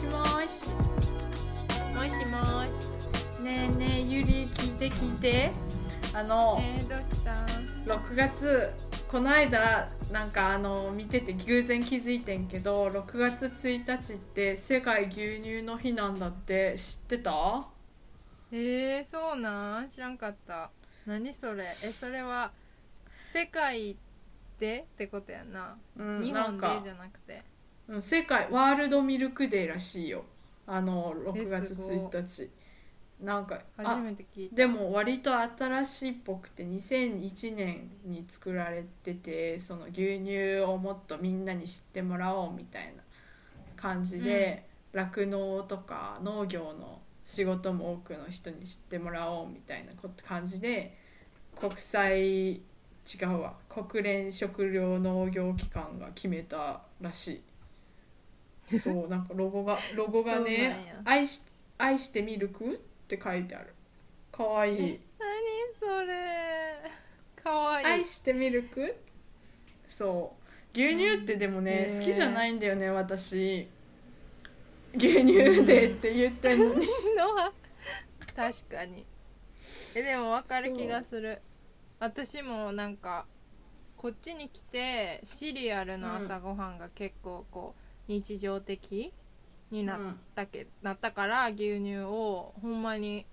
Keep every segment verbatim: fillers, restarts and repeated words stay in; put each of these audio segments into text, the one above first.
しもし。 もしもし。 ねえねえゆり聞いて聞いて。あの、 えー、どうした？ ろくがつこの間なんかあの見てて偶然気づいてんけど、ろくがつついたちって世界牛乳の日なんだって。知ってた？ えー、そうなん？知らんかった。何それ？え、それは世界でってことやな。 うん、 日なんか本でじゃなくて。 うん世界ワールドミルクデーらしいよ。あのえ、 6 す月1 ごい。 日なんかあ初めて聞いた。 でも割と新しいっぽくてにせんいちねんに作られてて、その牛乳をもっとみんなに知ってもらおうみたいな感じうん。 で、酪農とか農業の仕事も多くの人に知ってもらおうみたいな感じで、国際違うわ国連食糧農業機関が決めたらしい。そうなんかロゴがロゴがそうなね、 んや。 愛し愛してミルクって書いてある。かわいえ、 い。 何それ？かわいい。 愛してミルク。そう牛乳ってでもね好きじゃなえいんだよね私。牛ー、う乳でっん。 て言ってんのに。 のは確かに。え、でも分かる気そう。 がする。私もなんかこっちに来てシリアルのうん朝ごはんが結構こう日常的になっうんたけなったから牛乳をほんまに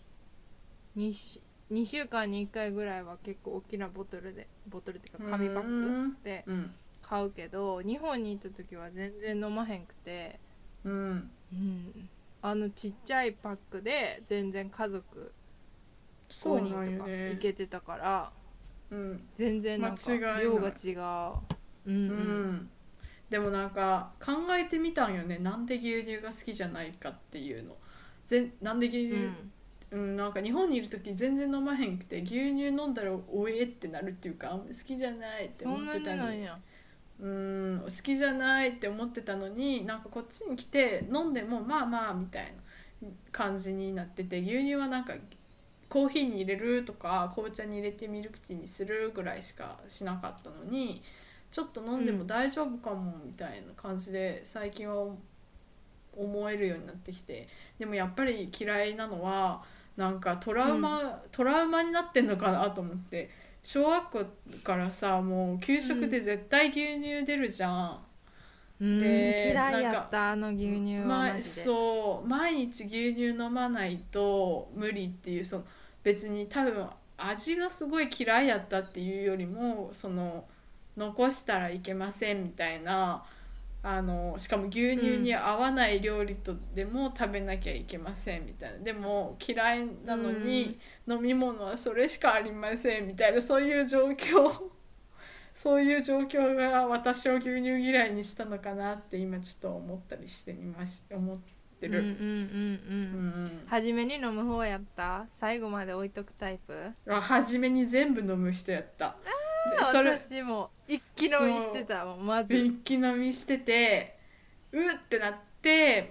2, しにしゅうかんにいっかいぐらいは結構大きなボトルでボトルっていううか紙パックんでうん買うけど、日本に行った時は全然飲まへんくて、 うんうん、あのちっちゃいパックで全然家族そうなごにんとか行んよね。 けてたからうん全然間なんか違いない。 量が違う。うんううんんでもなんか考えてみたんよね、なんで牛乳が好きじゃないかっていうの。ぜなんで牛乳、 うんうん、なんか日本にいる時全然飲まへんくて、牛乳飲んだらおえってなるっていうか、あんま好きじゃないって思っそんなてたのに、 になんや。 うん、好きじゃないって思ってたのに、なんかこっちに来て飲んでもまあまあみたいな感じになってて、牛乳はなんかコーヒーに入れるとか紅茶に入れてミルクティーにするぐらいしかしなかったのに、ちょっと飲んでもうん大丈夫かもみたいな感じで最近は思えるようになってきて。でもやっぱり嫌いなのはなんかトラウうんマトラウマになってんのかなと思って。小学校からさ、もう給食うんで絶対牛乳出るじゃん。 うん。 で嫌いやっなんかたあの牛乳はま、 マジで。 そう毎日牛乳飲まないと無理っていう、その別に多分味がすごい嫌いやったっていうよりも、その残したらいけませんみたいな、あのしかも牛乳にうん合わない料理とでも食べなきゃいけませんみたいな、でも嫌いうなのにん。 飲み物はそれしかありませんみたいな、そういう状況。そういう状況が私を牛乳嫌いにしたのかなって今ちょっと思ったりしてみまし思ってうんうんうんうる。うん。 ん、 初めに飲む方やった？最後まで置いとくタイプ？ うん、初めに全部飲む人やった。でそれ私も一気飲みしてそうたもんまず。 一気飲みしてて、うってなって、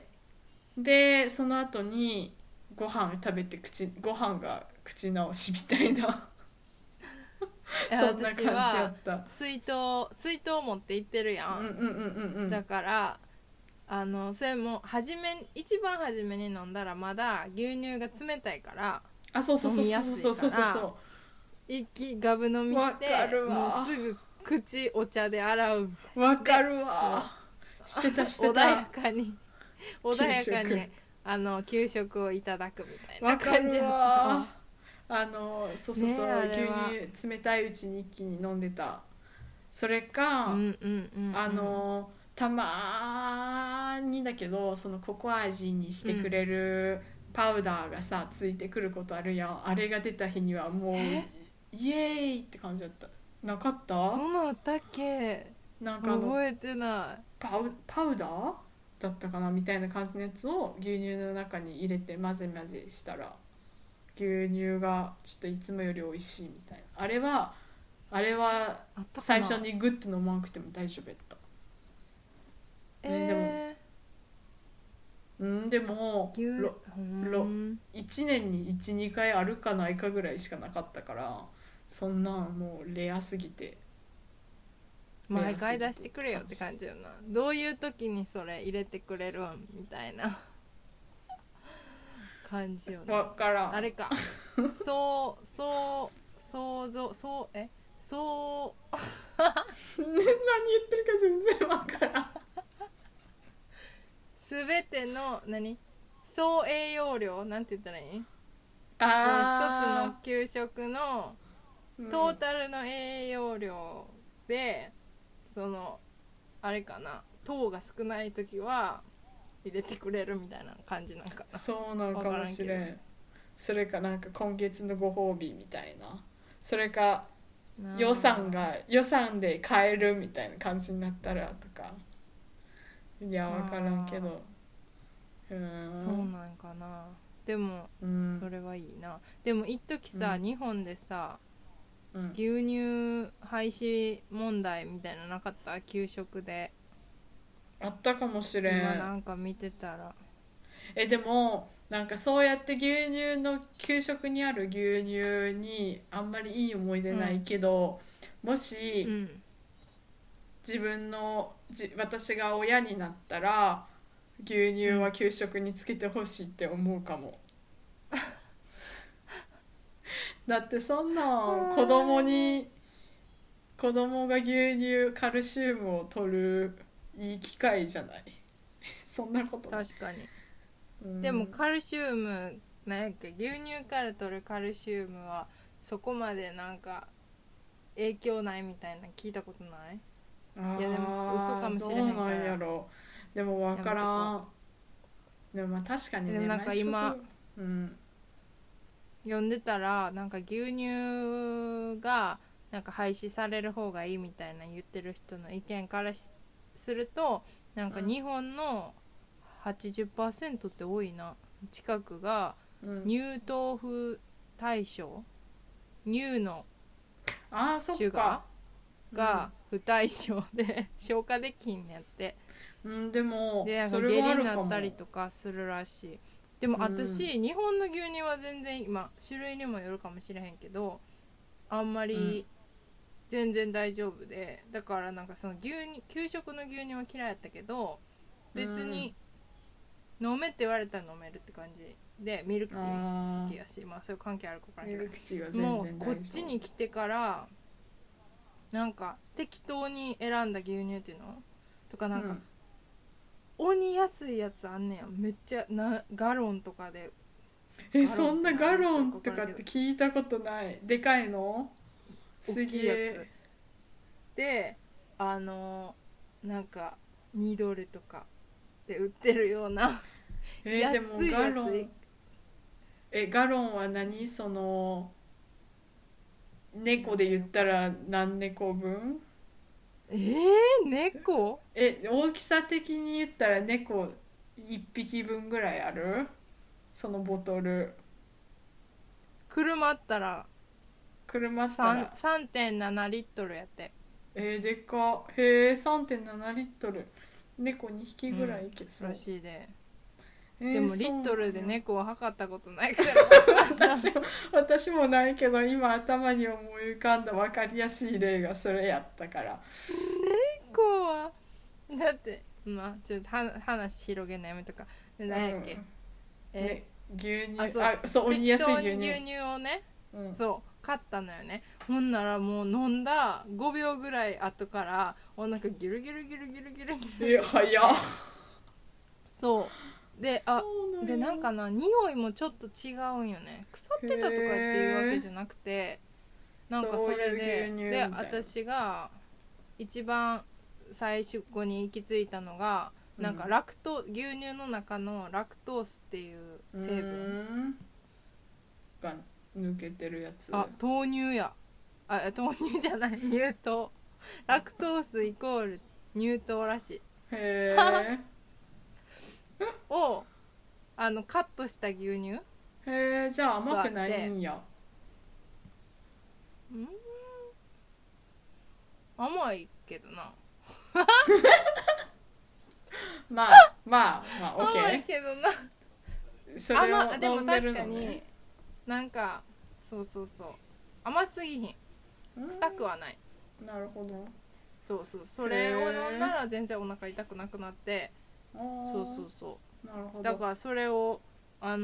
でその後にご飯食べて口ご飯が口直しみたいな。 いやそんな感じや私はった。 水筒水筒持って行ってるやん。 うんうんうんうんうんだからあのそれも初め一番初めに飲んだらまだ牛乳が冷たいからあ、そうそう飲そうみやすいそうそうそうからそ一気ガブ飲う、 みしわかてもうるわすぐ口お茶で洗うみたいなでわかるもわ。してたしう穏やてた。 かに穏給やかに食あの給食をいただくみたいなわかる感じやったわ。 わ。 あのそうそうねえあそう、牛れは。 乳冷たいうちに一気に飲んでた。それうんかうんうんあのたまにだけど、そのココア味にしうんうん。 てくれるパウダーがさついてくることあるやん。あれが出た日にはもうイえ、 エーイって感じだった。なかった？ そんなんあったっけ？ なんかあの覚えてなパウ、パウダーだったかなみたいな感じのやつを牛乳の中に入れて混ぜ混ぜしたら、牛乳がちょっといつもより美味しいみたいな。あれはあれはい。あったか最初な。 にグッと飲まなくても大丈夫やった。ね、でもえうんでもー、牛ろうーろん。 いちねんにいち、にかいあるかないかぐらいしかなかったから、そんなんもうレアすぎてレ毎アすぎてっ回出してくれよってて感じ。 感じよな。どういう時にそれ入れてくれるんみたいな。 感じよね。 わからん。 あれかそうそう想像そうえそう何言ってるか全然わからん。 すべての何総栄養量なんて言ったらいい、こう一つのあ給食のー、うん、 トータルの栄養量で、そのあれかな、糖が少ない時は入れてくれるみたいな感じなんかな。 そうなんかもわからんけどしれん。それかなんか今月のご褒美みたいな。それか予算なが予算で買えるみたいな感じになったらとか。いやわからんけあど。うーそうん。 なんかな。でもうんそれはいいな。でも一時さ、 うん日本でさうん牛乳廃止問題みたいなのなかった？給食で。 あったかもしれ今ん。 なんか見てたら。 えでもなんかそうやって牛乳の給食にある牛乳にあんまりいい思い出ないうんけど、もしうん自分のじ私が親になったら牛乳はうん給食につけてほしいって思うかも。だってそんなん子供に子供が牛乳カルシウムを取るいい機会じゃない。そんなことない。 確かに。 うんでもカルシウムなんやっけ、牛乳から取るカルシウムはそこまでなんか影響ないみたいな聞いたことない？いやでもちょっと嘘あーかもしれへどうなんやんからろ。でも分かやめとこらん。でもまあ確かにねう。でもなんか毎食今うん読んでたらなんか牛乳がなんか廃止される方がいいみたいな言ってる人の意見からしすると、なんかうん日本のはちじゅっパーセントって多いな、近くがうん乳豆腐対象、乳のあーそっシュガか。 ーが不対象で消化できんやって。 うん、うん、でもでなんかそれはあ下痢にるかも。 なったりとかするらしい。でもうん私日本の牛乳は全然今種類にもよるかもしれへんけどあんまうんり全然大丈夫で、だからなんかその牛乳給食の牛乳は嫌いやったけど別に飲めって言われたら飲めるって感じで、ミルクティーも好きやし、まあそういう関係あるか分からんけミルクティーは全ど、もう然大丈夫。 こっちに来てからなんか適当に選んだ牛乳っていうのとかなんか、 うん鬼安いやつあんねや、めっちゃなガロンとかで。 えガロンそんなガって何ロンとかっか分からんけどて聞いたことない。でかいのす大きいやつげえ。 で、あのなんかにドルとかで売ってるようなえーでも安いやつ。 ガロンえガロンは何その猫で言ったら何猫分？ えー、猫え大きさ的に言ったら猫いっぴきぶんぐらいある？そのボトル車ったら車ったさんら。 さんてんななリットルやって。 えー、でかっ。へえ さんてんななリットル。猫にひきぐらいうんいけそう。 らしいで。 えーでもリそうなんや。 ットルで猫は測ったことないから私も私もないけど今頭に思い浮かんだ分かりやすい例がそれやったから。 猫はだってまあちょっとは話広げるのやめとか。で何やっけ、 うんえ、 ね、牛乳あそうあそう鬼適安い牛当に牛乳。 乳をね、 うんそう買ったのよね。ほんならもう飲んだごびょうぐらい後からお腹ギュルギュルギュルギュルギュルギュルえ早っ。 そうで、あそうなんやでなんかな匂いもちょっと違うんよね。腐ってたとかっていうわけじゃなくて、なんかそれそういうで牛乳みたいでな。 私が一番最初に行き着いたのが、 うんなんかラクト牛乳の中のラクトースっていう成分、 うーんが抜けてるやつ。 あ豆乳や、あ豆乳じゃない乳糖、ラクトースイコール乳糖らしいへえをあのカットした牛乳。 へえじゃあ甘くないんや。 うん甘いけどな。 まあまあまあオッ甘いケけどな。 ーそれを甘でも飲んでる確かにのね。 なんかそうそうそう甘すぎひん、 うん臭くはない。 なるほど。 そうそうそれを飲んだら全然お腹痛くなくなって。 あーそうそうそなるほど。 うだからそれをあの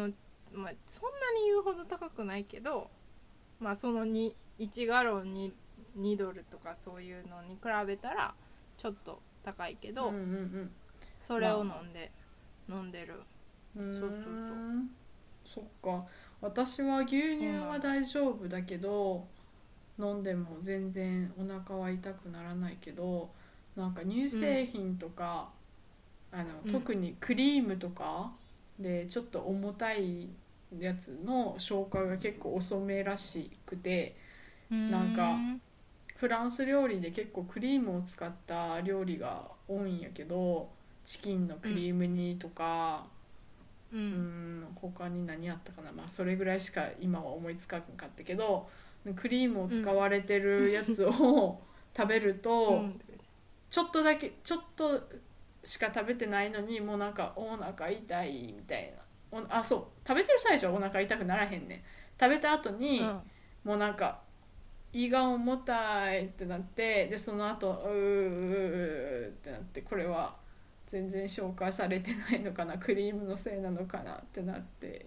まあ、そんなに言うほど高くないけど、まあそのにいちガロンににドルとかそういうのに比べたらちょっと高いけど、 うんうんうん、 それを飲んで、まあ、飲んでる。 うーん、 そうそうそっか。私は牛そう。 乳そうなの。 は大丈夫だけど、飲んでも全然お腹は痛くならないけど、なんか乳うん製品とか、あのうん特にクリームとかでちょっと重たいやつの消化が結構遅めらしくて、 うーなんかんフランス料理で結構クリームを使った料理が多いんやけど、チキンのクうんリーム煮とか、うーうんん他に何あったかな、まあそれぐらいしか今は思いつかなかったけど、クリームを使うんわれてるやつを食べると、 うんちょっとだけちょっとしか食べてないのにもうなんかお腹痛いみたいな、おあそう食べてる最初はお腹痛くならへんねん。食べた後にうんもうなんか胃が重たいってなって、でその後うーうーってなって、これは全然消化されてないのかな、クリームのせいなのかなってなって、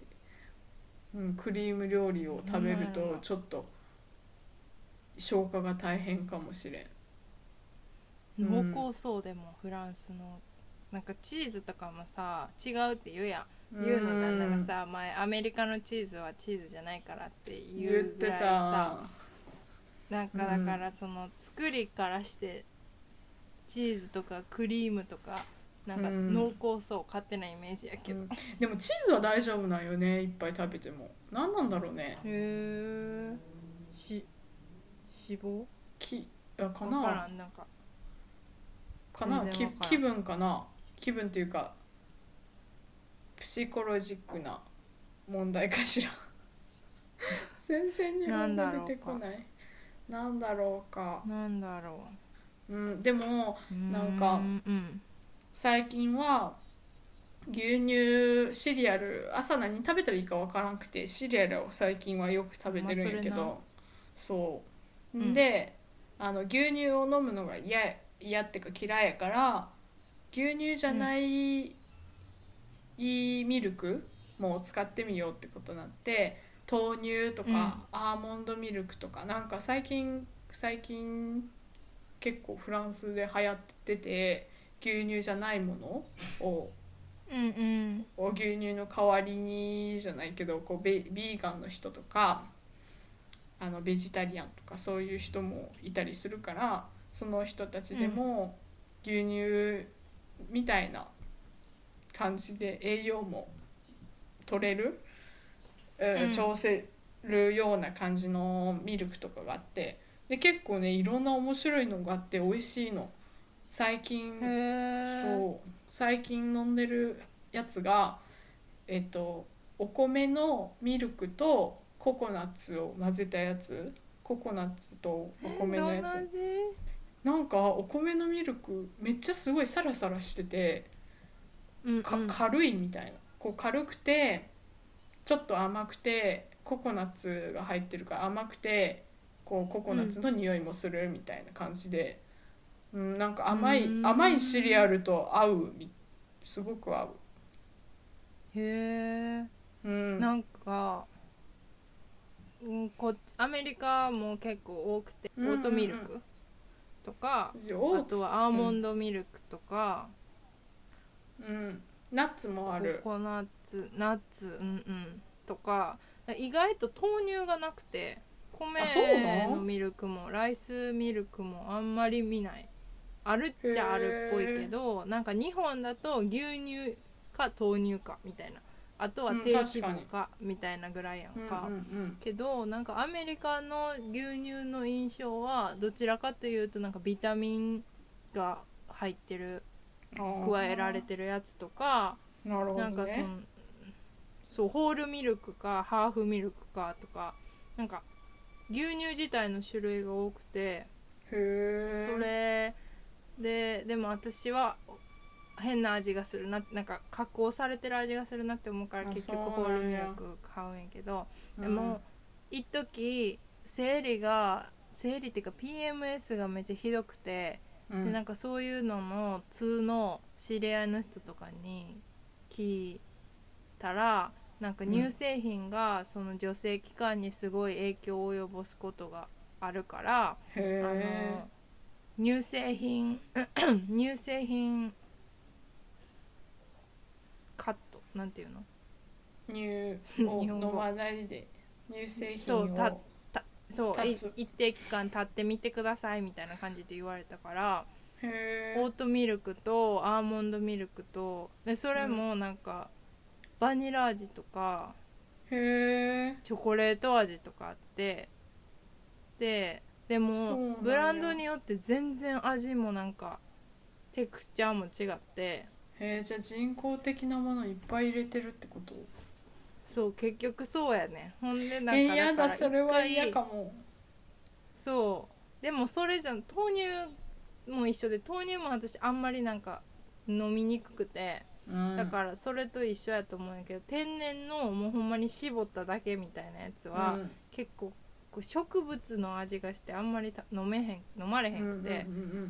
うん、クリーム料理を食べるとちょっと消化が大変かもしれん。う濃ん厚そう。でもフランスのなんかチーズとかもさ違うって言うやうん。言うの旦那がん、 さ、前アメリカのチーズはチーズじゃないからって言言ってうぐらいさ、 た。 なんかだかうん、 らその作りからしてチーズとかクリームとかなんか濃うん厚そう、勝手なイメージやけど。 うん、でもチーズは大丈夫なんよね、いっぱい食べても。何なんだろうね。 へえ。し脂肪きあかわからなん。なんかかな、 全然きわからん。 気分かな、気分っていうかプシコロジックな問題かしら。全然日なんだ本語出ろうか。 てこない。なんだろうか。 なんだろうん、でもう。うーなんかんうん最近は牛乳シリアル、朝何食べたらいいかわからんくてシリアルを最近はよく食べまあてるんそれな。 やけど、そうんうで、あの牛乳を飲むのが嫌嫌ってか嫌いやから、牛乳じゃうんないミルクも使ってみようってことになって、豆乳とかうんアーモンドミルクとか、なんか最近最近結構フランスで流行ってて、牛乳じゃないものをうんうん牛乳の代わりにじゃないけど、こうベビーガンの人とかあのベジタリアンとかそういう人もいたりするから、その人たちうんでも牛乳みたいな感じで栄養も取れる、うん、 うん調せるような感じのミルクとかがあって、で結構ねいろんな面白いのがあって美味しいの。最へ近え。 そう最近飲んでるやつが、えっとお米のミルクとココナッツを混ぜたやつ、ココナッツとおえ米のやつ。 どんな味？ なんかお米のミルクめっちゃすごいサラサラしてて、かうんうん軽いみたいな、こう軽くてちょっと甘くてココナッツが入ってるから甘くて、こうココナッツうんの匂いもするみたいな感じで、うん、なんかうー甘い甘いシリアん。 ルと合うみ、すごく合う。 へえ。 うんなんか、うん、こっちアメリカも結構多くて、 うんうんオートミルクとか、 うんオあーツ、 とはアーモうんンドミルクとか、 うん、ナッツもあコる。 コナッツナッツうんうんとか、意外と豆乳がなくて、 あ、そう米のなん。 ミルクもライスミルクもあんまり見ない。あるっへちゃあるっぽいけえ。 ど、なんか日本だと牛乳か豆乳かみたいな、あとはうん、 低脂確かに。 肪かみたいなぐらいやんうんうか。 んけどなんかアメリカの牛乳の印象はどちらかというとなんかビタミンが入ってる、 うん。 加えられてるやつとか、 ああ、なるほなんかそのどね。 そうホールミルクかハーフミルクかとか、なんか牛乳自体の種類が多くて、 へそえ。 れででも私は変な味がするな、なんか加工されてる味がするなって思うからあ、 結そう局ホールミルなんや。 ク買うんやけど、 うん。 でも一時生理が生理っていうか ピーエムエス がめっちゃひどくて、でなうん。 んかそういうのの通の知り合いの人とかに聞いたら、 なんか乳製品がその女性器官にすごい影響を及ぼすことがあるから、 へあの乳製品乳製品カットなんていうのー乳を日本語飲まないで乳製そうた品をたそうい断つ。 一定期間経ってみてくださいみたいな感じで言われたから、 へオートミルクとアーモンドミルクとでそれもなんかバニラ味とかえへえ、 チョコレート味とかあって、ででもそうなんや。 ブランドによって全然味もなんかテクスチャーも違って、 へえ、じゃあ人工的なものいっぱい入れてるってこと？ そう結局そうやね。ほんでなえ、 んかだやだ、 から一それは嫌回かも。 そうでもそれじゃん豆乳も一緒で、豆乳も私あんまりなんか飲みにくくて、 うん、 だからそれと一緒やと思うんやけど、天然のもうほんまに絞っただけみたいなやつは、 うん結構こう植物の味がしてあんまりた飲めへん飲まれへんくて、 うんうんうんうん、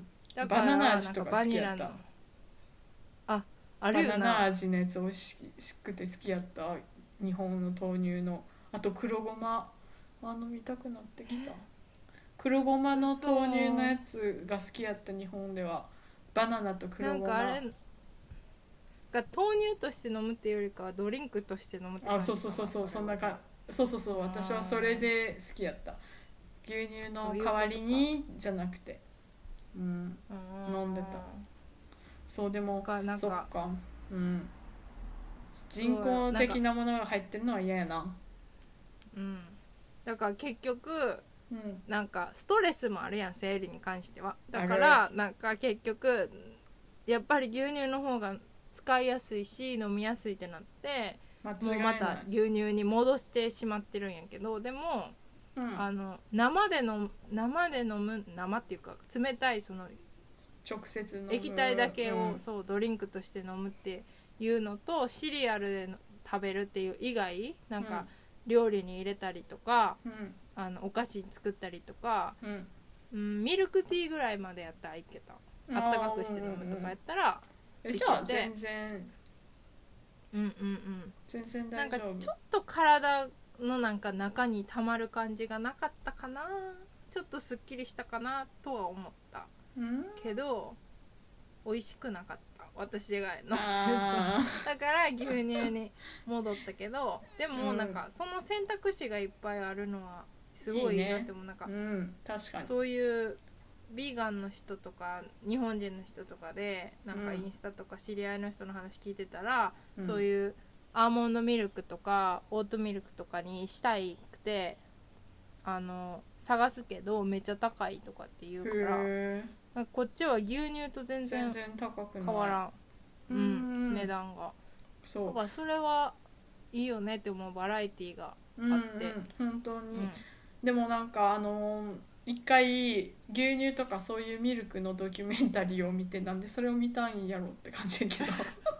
だからバナナなんか味とかバニラの好きやった。 ああバナナるよな。 味のやつ美味しくて好きやった。日本の豆乳の。あと黒ごま、あ飲みたくなってきた。黒ごまの豆乳のそうやつが好きやった。日本ではバナナとな黒ごま。 んかあれが豆乳として飲むっていうよりかはドリンクとして飲むってあ、 感そうじかな、 そうそうそう、 それはじゃそんなか、そうそうそう、私はそれあ。 で好きやった。牛乳そういの代わうことか。 りにじゃなくて、うん、 う飲んでた。 んそうでも、 かなんかそっか、うん、人そうよなんか工的なものが入ってるのは嫌やな。 うんだから結局うん、 なんかストレスもあるやん、生理に関しては。だかある。 らなんか結局やっぱり牛乳の方が使いやすいし飲みやすいってなって、 間もうまた違いない。 牛乳に戻してしまってるんやけど、でもうん、 あの生で飲む生で飲む生っていうか冷たいその直接飲む。 液体だけをうん、 そうドリンクとして飲むっていうのと、シリアルで食べるっていう以外なんか料理に入れたりとか、 うん、 あのお菓子作ったりとか、 うん、 うん、ミルクティーぐらいまでやったらいけた。 うん、 あったかくして飲むとかやったらえ、 いけじゃあて、 全然うんうんうん全然なんか大丈夫。 ちょっと体のなんか中に溜まる感じがなかったかな、ちょっとすっきりしたかなとは思ったうん、 けど美味しくなかった、私以外のあだから牛乳に戻ったけど、でもうんなんかその選択肢がいっぱいあるのはすー、いいごいいいなっね。 て思う。なんかうん、確かに。 そういうビーガンの人とか日本人の人とかでなんかうんインスタとか知り合いの人の話聞いてたら、 うん、 そういうアーモンドミルクとかオートミルクとかにしたいくてあの探すけどめっちゃ高いとかって言うから、 へなんかこっちは牛乳と全ー、 然全然高くない。 変わらん、 ううんん、 値段が。 そうだからそれはいいよねって思う、バラエティがうんうん、 あって、 本当に、 うんでもなんかあのー一回牛乳とかそういうミルクのドキュメンタリーを見て、なんでそれを見たんやろって感じやけど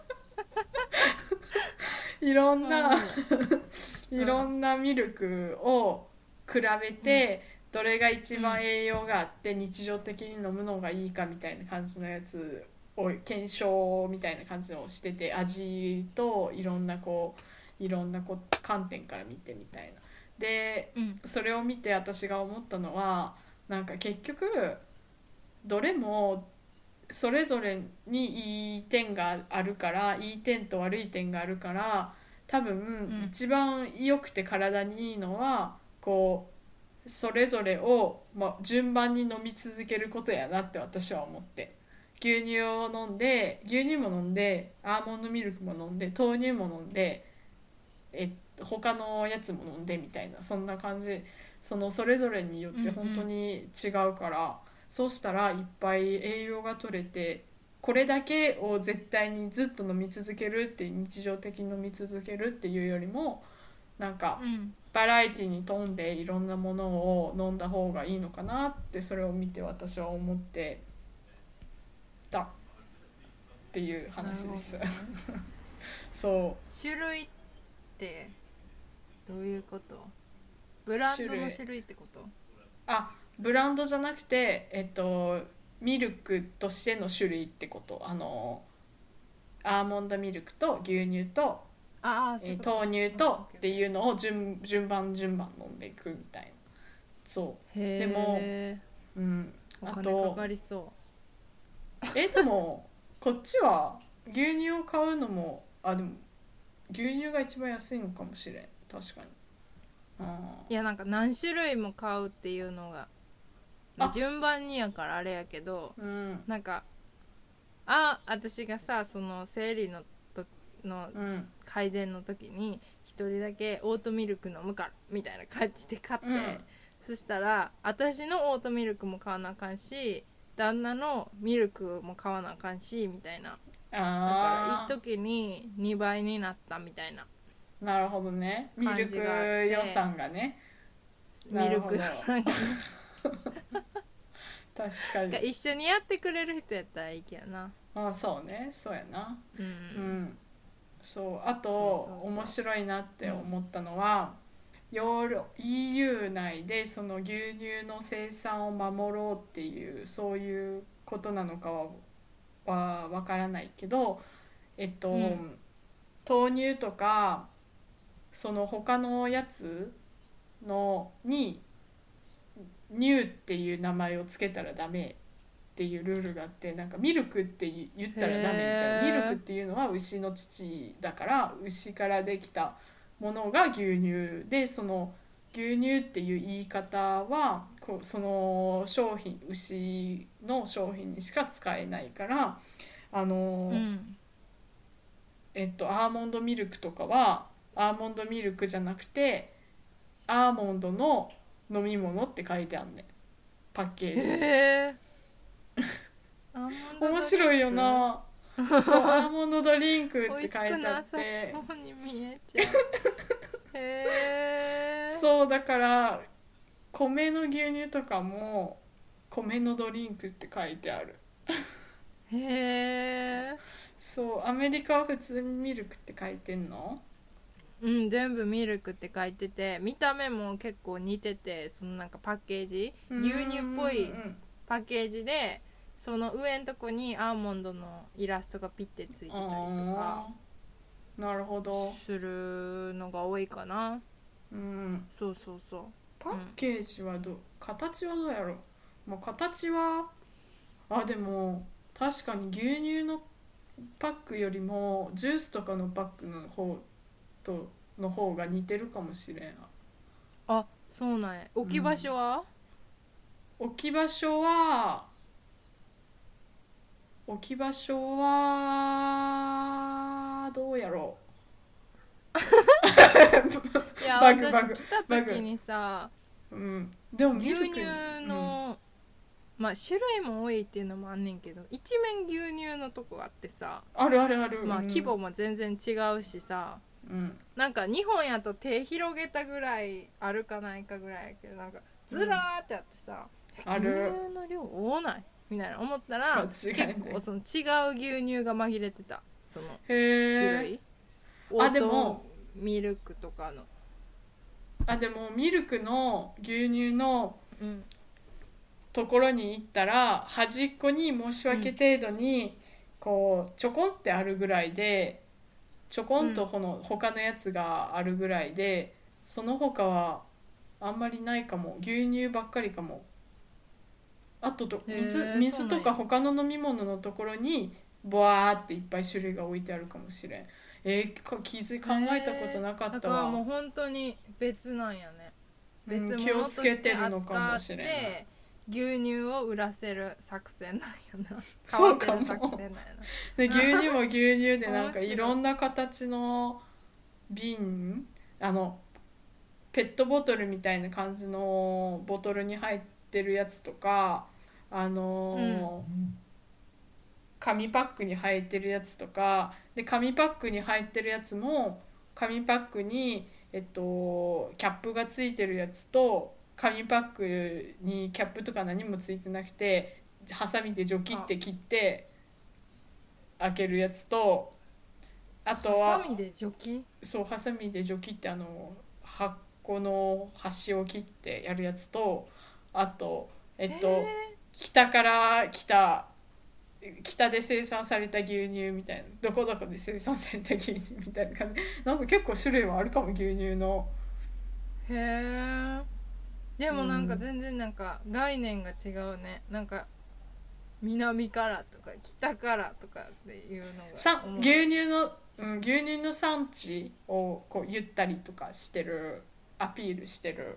いろんないろんなミルクを比べて、どれが一番栄養があって日常的に飲むのがいいかみたいな感じのやつを検証みたいな感じのをしてて、味といろんなこういろんなこう観点から見てみたいな。でうんそれを見て私が思ったのは、なんか結局どれもそれぞれにいい点があるから、いい点と悪い点があるから、多分うん一番良くて体にいいのはこうそれぞれを、まあ、順番に飲み続けることやなって私は思って、牛乳を飲んで牛乳も飲んでアーモンドミルクも飲んで豆乳も飲んで、え他のやつも飲んでみたいな、そんな感じ。そのそれぞれによって本当に違うから、そうしたらいっぱい栄養が取れて、これだけを絶対にずっと飲み続けるって日常的に飲み続けるっていうよりも、なんかうんバラエティに富んでいろんなものを飲んだ方がいいのかなって、それを見て私は思ってたっていうなるほどね。 話です。そ種類ってどういうこと？ブランドの種類ってこと？ あ、ブランドじゃなくて、えっと、ミルクとしての種類ってこと。あのアーモンドミルクと牛乳とああそういえーうことか。 豆乳とっていうのを順、順番順番飲んでいくみたいな。そうでも、 へえ。 うん、 おあと金かかりそえでもこっちは牛乳を買うのもあでも牛乳が一番安いのかもしれん確かに。あう。いやなんか何種類も買うっていうのが、まあ、 あ順番にやからあれやけど、 うんなんかあ私がさその生理のとのうん改善の時に一人だけオートミルク飲むからみたいな感じで買って、 うんそしたら私のオートミルクも買わなあかんし旦那のミルクも買わなあかんしみたいな。だから一あ時ににばいになったみたいなーなるほどねミルク感じがあっ予て、 算がね。なミルクるほどさんがね確かに。 が一緒にやってくれる人やったらいいけどな。 あそうねそうやな。 ううん、 んそうあそうそうそうと面白いなってうん、 思ったのは、ヨーロ イーユー 内でその牛乳の生産を守ろうっていうそういうことなのかははわからないけど、えっとうん豆乳とかその他のやつのに乳っていう名前をつけたらダメっていうルールがあって、なんかミルクって言ったらダメみたいな。ミルクっへえ。 ていうのは牛の乳だから牛からできたものが牛乳で、その牛乳っていう言い方はこうその商品牛の商品にしか使えないから、あのうんえっとアーモンドミルクとかはアーモンドミルクじゃなくてアーモンドの飲み物って書いてあんねん、パッケーへジに。 え。アーモンドドリ面白いよンク。 な。そうアーモンドドリンクって美味し書いてあっくなさて、 そうに見えちゃう。へえ。 そうだから米の牛乳とかも米のドリンクって書いてある。 へえ。 そうアメリカは普通にミルクって書いてんの。 うん、全部ミルクって書いてて、見た目も結構似てて、そのなんかパッケージうんうん牛乳っぽいうんパッケージで、その上のとこにアーモンドのイラストがピッてついてたりとかあーなるほど。 するのが多いかな。 うんそうそうそう。 パッうん、 ケージはどう形はどうやろう。もう形はあでも確かに牛乳のパックよりもジュースとかのパックの方との方が似てるかもしれん。 あ、そうなんや。置き場うん、 所は？ 置き場所は置き場所はどうやろいや、 う。バグバグ私来たバグ。 時にさ、 うんでもミ牛乳ルクにうんの、まあ種類も多いっていうのもあんねんけど、一面牛乳のとこあってさ、 あるあるある。うまあ規模んも全然違うしさ、 うんなんか日本やと手広げたぐらいあるかないかぐらいやけど、なんかずらーってあってさ、牛ある。 乳の量多ないみたいな思ったら、 間違いない。 結構その違う牛乳が紛れてた、そのへえ。 種類。オあートでもミルクとかの。 あでもミルクの牛乳のうん、 ところに行ったら端っこに申し訳うん、 程度にこうちょこんってあるぐらいで、ちょこんとうん。 この他のやつがあるぐらいで、その他はあんまりないかも。牛乳ばっかりかも。あとと水へえ、そう水とかなんや。 他の飲み物のところにボワーっていっぱい種類が置いてあるかもしれん。えー、こ気づい考えたことへえ。 なかっだたわ。 からもう本当に別なんやね。 うん、 別気を物としてつけてるのかも扱っしれない。 て牛乳を売らせる作戦なんやな。買そうかわせる作も。 戦なんやで牛乳も牛乳でな。 なんかい面白い。 ろんな形の瓶、あのペットボトルみたいな感じのボトルに入ってるやつとか、あうん、 の紙パックに入ってるやつとかで、紙パックに入ってるやつも紙パックにえっとキャップがついてるやつと、紙パックにキャップとか何もついてなくてハサミでジョキっあ、 て切って開けるやつと、あとハサはミで除菌。 そうハサミでジョキってあの箱の端を切ってやるやつと、あとえへっとえ。 北から来た北で生産された牛乳みたいな、どこどこで生産された牛乳みたいな感じ、なんか結構種類はあるかも、牛乳の。 へえ。でもなんかうん全然なんか概念が違うね。なんか南からとか北からとかっていうのがさ思う。 牛乳の、うん、牛乳の産地をこう言ったりとかしてる、アピールしてる。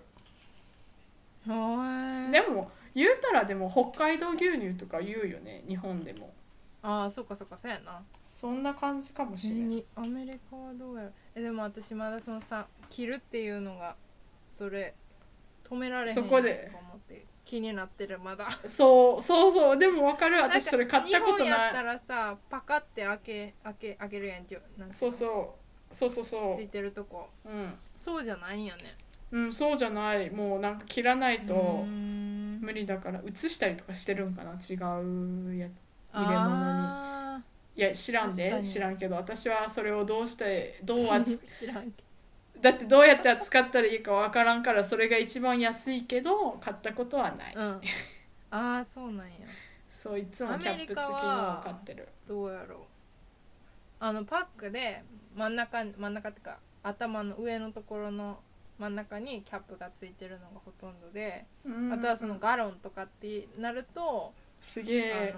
へえ。 でも言うたら、でも北海道牛乳とか言うよね、日本でも。 ああ、そっかそっか、そうやな。 そんな感じかもえしれん。 にアメリカはどうやろ。えでも私まだそのさ切るっていうのがそれ止められへんやんとかそこで思って気になってるまだ。 そうそうそう、でも分かる、 なんか私それ買ったこ日本やったとない。 らさパカって開け開け開けるやん、じゅなんていそううの、 そうそうそうそついてるとこ。 う、うんそうじゃないんやね。 うん、そうじゃない、もうなんか切らないうーとん。 無理だから移したりとかしてるんかな、違うやつ、入れ物に。 あいや知らんで、 ー確かに。 知らんけど、私はそれをどうしてどう扱知らんけだってどうやって扱ったらいいかわからんから、それが一番安いけど買ったことはない。 ど。うん。ああそうなんや。 そう、いつもアキャップ付きメリカのを買はってる。 どうやろう。あのパックで真ん中真ん中ってか頭の上のところの真ん中にキャップがついてるのがほとんどで、 うんあとはそのガロンとかってなると、 すげあえ。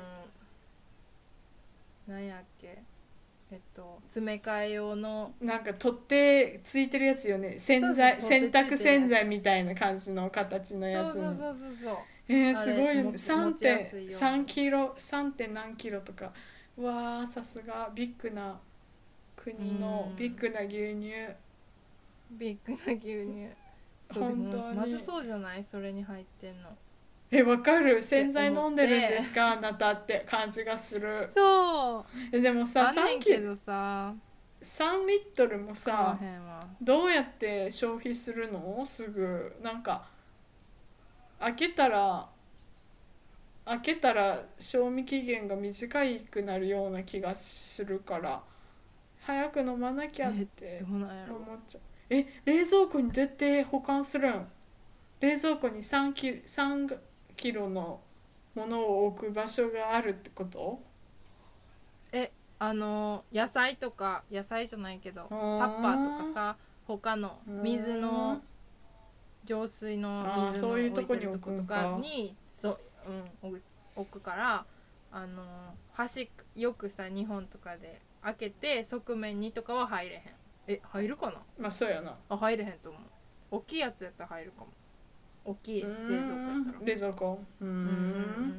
のなんやっけ、えっと詰め替え用の、 なんか取ってついてるやつよね、洗そうそう剤、洗取ってつい濯てるやつ。 洗剤みたいな感じの形のやつに。 そうそうそうそうそう。 えー、 あすごいよね。 れ持ち持ちやすいよう 3.3 に。 キロ さん. 点何キロとか。うわー、さすがビッグなう国のビッん。 グな牛乳。 ビッグな牛乳。そうで本もなんかまず当に。 そうじゃない、それに入ってんのっえ、わかる、洗剤て思っ飲んでるんでて。 すかあなたって感じがする。 そうえでもさ、 あんね 3キんけどささんリットルも買わさ、 へんわ。 どうやって消費するの、すぐなんか開けたら開けたら賞味期限が短くなるような気がするから、早く飲まなきゃっえてどうなんやろ。 思っちゃう。え、冷蔵庫にどうやって保管するん？冷蔵庫にさんキ、さんキロのものを置く場所があるってこと？ えあの野菜とか野菜じゃないけどうタッパーとかーん。 さ、他のうー水のん。 浄水のああ、 水そういうの置いてるとこに置とことかくんか。 にそう、うん、置く置くから、あの端よくさ日本とかで開けて側面にとかは入れへん。え入るかな。 まあそうやな。 あ入れへんと思う。大きいやつやったら入るかも。大きいう冷ー蔵庫やったら。 ん。冷蔵庫。うーうんうんうんうん。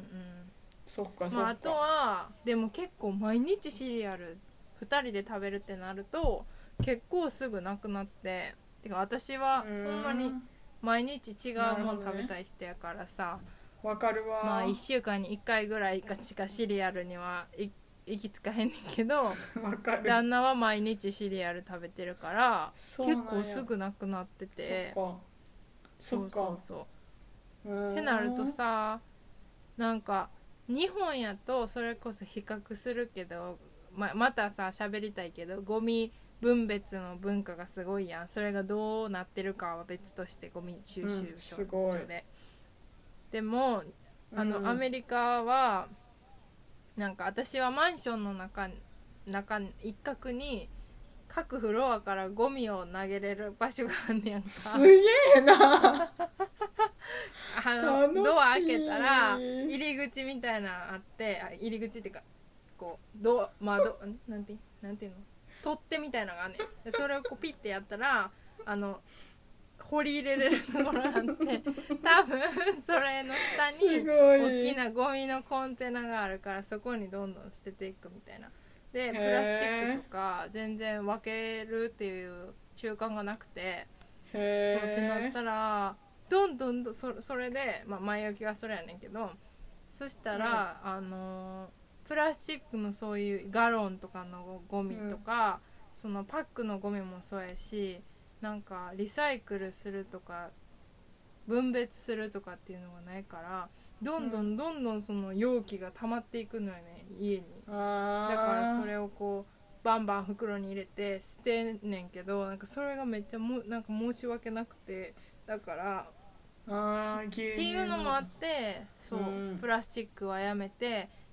ん。そっかそまああとっか。 はでも結構毎日シリアルふたりで食べるってなると結構すぐなくなって、てか私はうーほんまにん。 毎日違なうもん食べるほどね。 たい人やからさ、 わかるまあわ。 いっしゅうかんにいっかいぐらいかしかシリアルにはい行きつかへんねんけど、 わかる。 旦那は毎日シリアル食べてるからそう結構なんや。 すぐなくなってそって。 か。そそうそっか。 うそううーってなるとん。 さ、なんか日本やとそれこそ比較するけど ま, またさ喋りたいけどゴミ分別の文化がすごいやん。それがどうなってるかは別として、ゴミ収うん、 集すごい。 所で。でもあの、 うん。 アメリカはなんか私はマンションの中中一角に各フロアからゴミを投げれる場所があんねやんか。 すげえな。 あの楽ドア開しけたらい。 入り口みたいなのあって、あ入り口っていうかこうドア窓んなんてなんていうの取っ手みたいなのがあんねん。でそれをこうピッてやったらあの掘り入れれるところがあって、多分それの下すにごい。 大きなゴミのコンテナがあるから、そこにどんどん捨てていくみたいな。でプラスチックとか全然分けるっていう習慣がなくて、 へそうってなっえ。 たらどんどんどん そ, それで、まあ、前置きはそれやねんけど、そしたら、あのープラスチックのそういうガロンとかのゴミとか、そのパックのゴミもそうやし、なんかリサイクルするとか分別するとかっていうのがないから、どんどんどんどんその容器が溜まっていくのよね家に。だからそあれをこうバンバン袋に入れて捨てんねんけど、なんかそれがめっちゃもなんか申し訳なくて、だからーあー、牛って乳の。 いうのもあって、そう、 うん。 プラスチックはやめて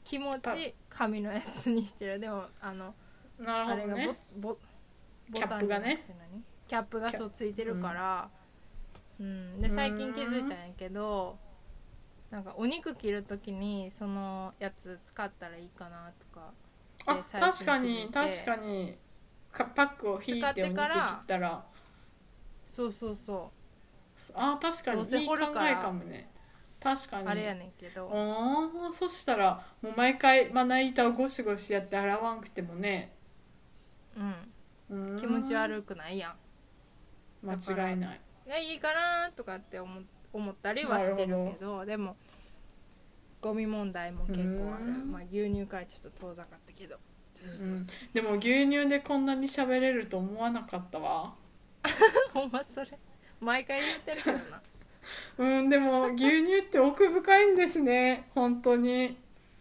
気持ち紙のやつにしてる。でもあのなるほどね、 あれがボボボタンキャップがねじゃなくて何キャップがそうついてるから、うん、うん、で最近気づいたんやけど、なんかお肉切るときにそのやつ使ったらいいかなとか。 あ、確かに確かにパックを引いてお肉切ったら、 そうそうそう、 あ、確かにいい考えかもね。確かにあれやねんけど、 ああ、そしたらもう毎回まな板をゴシゴシやって洗わんくてもね、 うん、 うん、 気持ち悪くないやん。 間違いない。 いや、いいかなとかって思思ったりはしてるけど、でもゴミ問題も結構ある。まあ牛乳からちょっと遠ざかったけど、そうそうそう、うん、 でも牛乳でこんなに喋れると思わなかったわ。 ほんまそれ毎回言ってるけどな。 うん、でも牛乳って奥深いんですね、本当に。違う、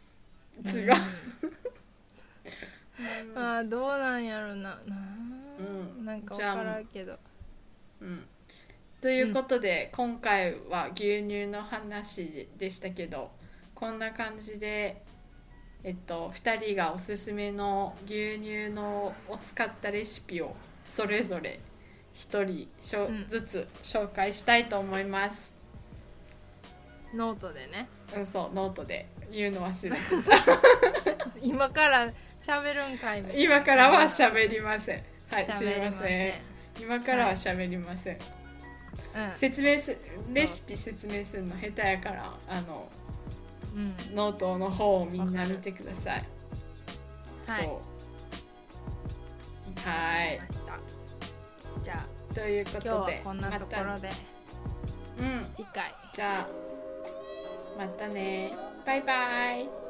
うん、ああ、どうなんやろな、な、うん、なんか分からんけど、 うん、ということで、うん、今回は牛乳の話でしたけど、こんな感じでえっとふたりがおすすめの牛乳のを使ったレシピをそれぞれひとりずつ紹介したいと思います、 うん、ノートでね。 うん、そう、ノートで言うの忘れてた今から喋るんかいみたいな。 今からは喋りません。はい、すみません。今からは喋りません、はい、うん、説明すレシピ説明するの下手やから、あの、うん、ノートの方をみんな見てください。はい、そう、はい、 じゃあということで今日はこんなところで、 ま、うん、 次回、 じゃあまたね、バイバイ。